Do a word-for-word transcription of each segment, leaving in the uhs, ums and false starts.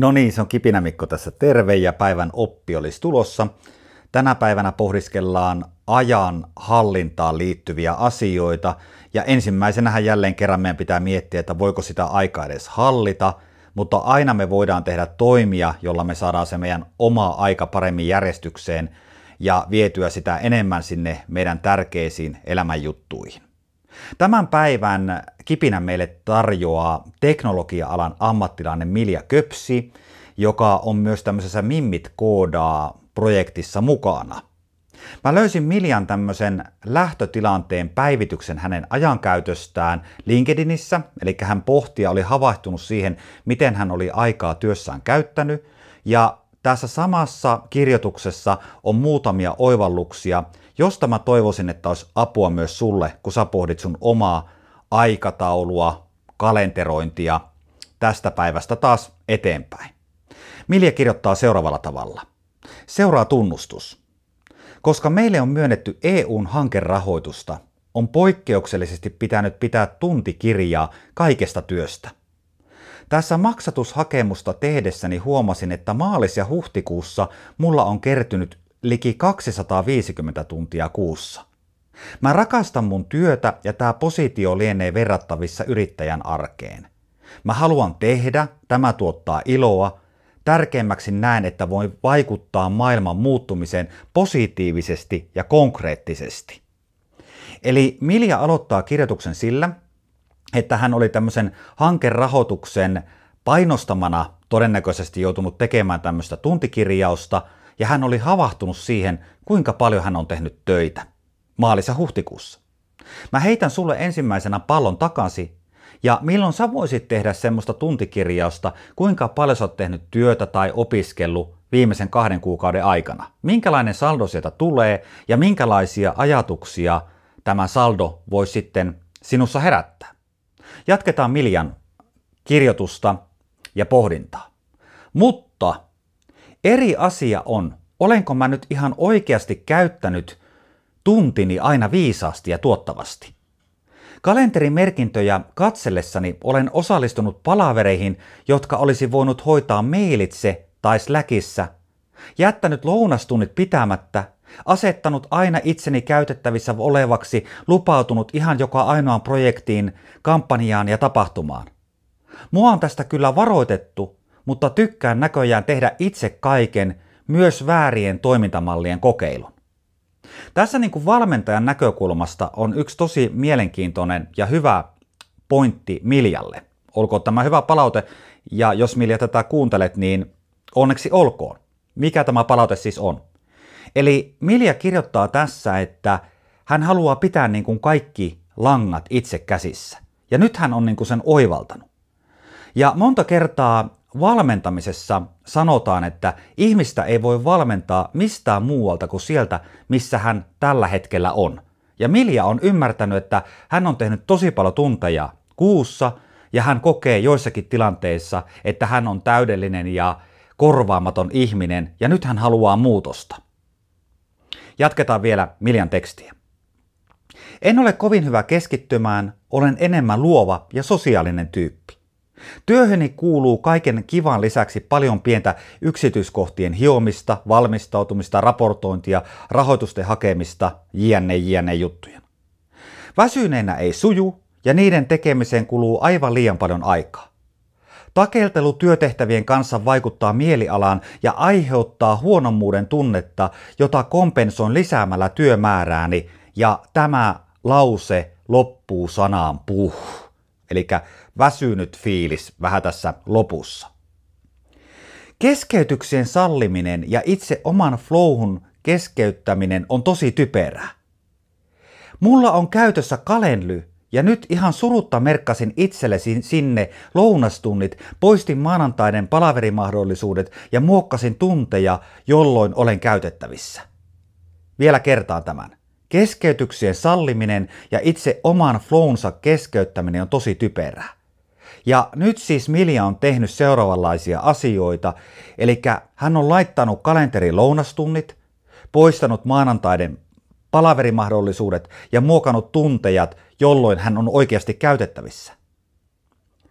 No niin, se on Kipinä Mikko tässä terve ja päivän oppi olisi tulossa. Tänä päivänä pohdiskellaan ajan hallintaan liittyviä asioita ja ensimmäisenähän jälleen kerran meidän pitää miettiä, että voiko sitä aikaa edes hallita, mutta aina me voidaan tehdä toimia, jolla me saadaan se meidän oma aika paremmin järjestykseen ja vietyä sitä enemmän sinne meidän tärkeisiin elämänjuttuihin. Tämän päivän Kipinän meille tarjoaa teknologia-alan ammattilainen Milja Köpsi, joka on myös tämmöisessä Mimmit koodaa -projektissa mukana. Mä löysin Miljan tämmöisen lähtötilanteen päivityksen hänen ajankäytöstään LinkedInissä, eli hän pohti ja oli havahtunut siihen, miten hän oli aikaa työssään käyttänyt, ja tässä samassa kirjoituksessa on muutamia oivalluksia, josta mä toivoisin, että olisi apua myös sulle, kun sä pohdit sun omaa aikataulua, kalenterointia tästä päivästä taas eteenpäin. Milja kirjoittaa seuraavalla tavalla. Seuraa tunnustus. Koska meille on myönnetty E U:n hankerahoitusta, on poikkeuksellisesti pitänyt pitää tuntikirjaa kaikesta työstä. Tässä maksatushakemusta tehdessäni huomasin, että maalis- ja huhtikuussa mulla on kertynyt liki kaksisataaviisikymmentä tuntia kuussa. Mä rakastan mun työtä ja tää positio lienee verrattavissa yrittäjän arkeen. Mä haluan tehdä, tämä tuottaa iloa. Tärkeimmäksi näen, että voin vaikuttaa maailman muuttumiseen positiivisesti ja konkreettisesti. Eli Milja aloittaa kirjoituksen sillä, että hän oli tämmöisen hankerahoituksen painostamana todennäköisesti joutunut tekemään tämmöistä tuntikirjausta, ja hän oli havahtunut siihen, kuinka paljon hän on tehnyt töitä maalis- ja huhtikuussa. Mä heitän sulle ensimmäisenä pallon takaisin, ja milloin sä voisit tehdä semmoista tuntikirjausta, kuinka paljon sä oot tehnyt työtä tai opiskellut viimeisen kahden kuukauden aikana. Minkälainen saldo sieltä tulee, ja minkälaisia ajatuksia tämä saldo voi sitten sinussa herättää. Jatketaan Miljan kirjoitusta ja pohdintaa. Mutta eri asia on, olenko mä nyt ihan oikeasti käyttänyt tuntini aina viisaasti ja tuottavasti. Kalenterimerkintöjä katsellessani olen osallistunut palavereihin, jotka olisi voinut hoitaa mailitse tai Slackissa, jättänyt lounastunnit pitämättä, asettanut aina itseni käytettävissä olevaksi, lupautunut ihan joka ainoaan projektiin, kampanjaan ja tapahtumaan. Mua on tästä kyllä varoitettu, mutta tykkään näköjään tehdä itse kaiken, myös väärien toimintamallien kokeilun. Tässä niin kuin valmentajan näkökulmasta on yksi tosi mielenkiintoinen ja hyvä pointti Miljalle. Olkoon tämä hyvä palaute, ja jos Milja tätä kuuntelet, niin onneksi olkoon. Mikä tämä palaute siis on? Eli Milja kirjoittaa tässä, että hän haluaa pitää niin kuin kaikki langat itse käsissä. Ja nyt hän on niin kuin sen oivaltanut. Ja monta kertaa valmentamisessa sanotaan, että ihmistä ei voi valmentaa mistään muualta kuin sieltä, missä hän tällä hetkellä on. Ja Milja on ymmärtänyt, että hän on tehnyt tosi paljon tunteja kuussa, ja hän kokee joissakin tilanteissa, että hän on täydellinen ja korvaamaton ihminen, ja nyt hän haluaa muutosta. Jatketaan vielä Miljan tekstiä. En ole kovin hyvä keskittymään, olen enemmän luova ja sosiaalinen tyyppi. Työhöni kuuluu kaiken kivan lisäksi paljon pientä yksityiskohtien hiomista, valmistautumista, raportointia, rahoitusten hakemista, jne jne juttuja. Väsyneenä ei suju ja niiden tekemiseen kuluu aivan liian paljon aikaa. Takeltelu työtehtävien kanssa vaikuttaa mielialaan ja aiheuttaa huonommuuden tunnetta, jota kompensoin lisäämällä työmäärääni, ja tämä lause loppuu sanaan puh. Eli väsynyt fiilis vähän tässä lopussa. Keskeytyksien salliminen ja itse oman flowhun keskeyttäminen on tosi typerää. Mulla on käytössä Calendly, ja nyt ihan surutta merkkasin itsellesi sinne lounastunnit, poistin maanantaiden palaverimahdollisuudet ja muokkasin tunteja, jolloin olen käytettävissä. Vielä kertaan tämän. Keskeytyksien salliminen ja itse oman flownsa keskeyttäminen on tosi typerää. Ja nyt siis Milja on tehnyt seuraavanlaisia asioita, eli hän on laittanut kalenteriin lounastunnit, poistanut maanantaiden palaverimahdollisuudet ja muokannut tuntejat, jolloin hän on oikeasti käytettävissä.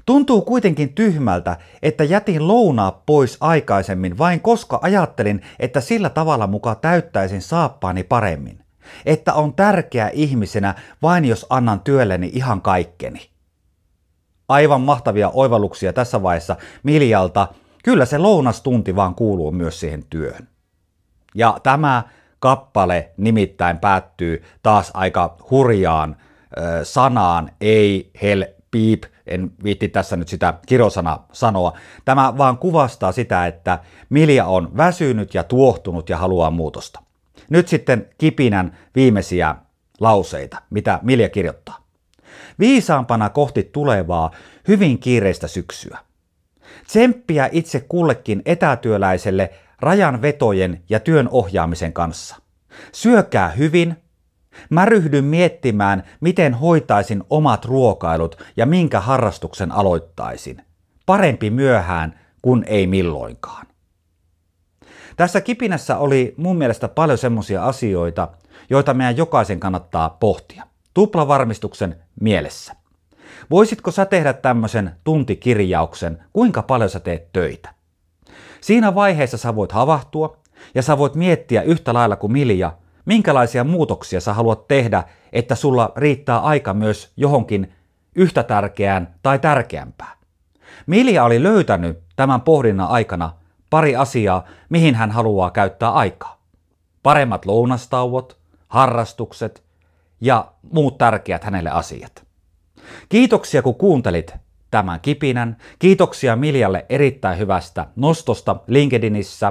Tuntuu kuitenkin tyhmältä, että jätin lounaa pois aikaisemmin vain koska ajattelin, että sillä tavalla muka täyttäisin saappaani paremmin. Että on tärkeä ihmisenä vain jos annan työlleni ihan kaikkeni. Aivan mahtavia oivalluksia tässä vaiheessa Miljalta. Kyllä se lounastunti vaan kuuluu myös siihen työhön. Ja tämä kappale nimittäin päättyy taas aika hurjaan äh, sanaan, ei hell piip, en viitti tässä nyt sitä kirosana sanoa. Tämä vaan kuvastaa sitä, että Milja on väsynyt ja tuohtunut ja haluaa muutosta. Nyt sitten Kipinän viimeisiä lauseita, mitä Milja kirjoittaa. Viisaampana kohti tulevaa, hyvin kiireistä syksyä. Tsemppiä itse kullekin etätyöläiselle rajan vetojen ja työn ohjaamisen kanssa. Syökää hyvin. Mä ryhdyn miettimään, miten hoitaisin omat ruokailut ja minkä harrastuksen aloittaisin. Parempi myöhään kuin ei milloinkaan. Tässä Kipinässä oli mun mielestä paljon semmoisia asioita, joita meidän jokaisen kannattaa pohtia. Tuplavarmistuksen mielessä. Voisitko sä tehdä tämmöisen tuntikirjauksen, kuinka paljon sä teet töitä? Siinä vaiheessa sä voit havahtua ja sä voit miettiä yhtä lailla kuin Milja, minkälaisia muutoksia sä haluat tehdä, että sulla riittää aika myös johonkin yhtä tärkeään tai tärkeämpään. Milja oli löytänyt tämän pohdinnan aikana pari asiaa, mihin hän haluaa käyttää aikaa. Paremmat lounastauot, harrastukset ja muut tärkeät hänelle asiat. Kiitoksia kun kuuntelit tämän Kipinän. Kiitoksia Miljalle erittäin hyvästä nostosta LinkedInissä.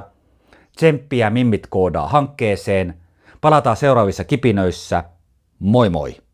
Tsemppiä Mimmit koodaa hankkeeseen. Palataan seuraavissa kipinöissä. Moi moi!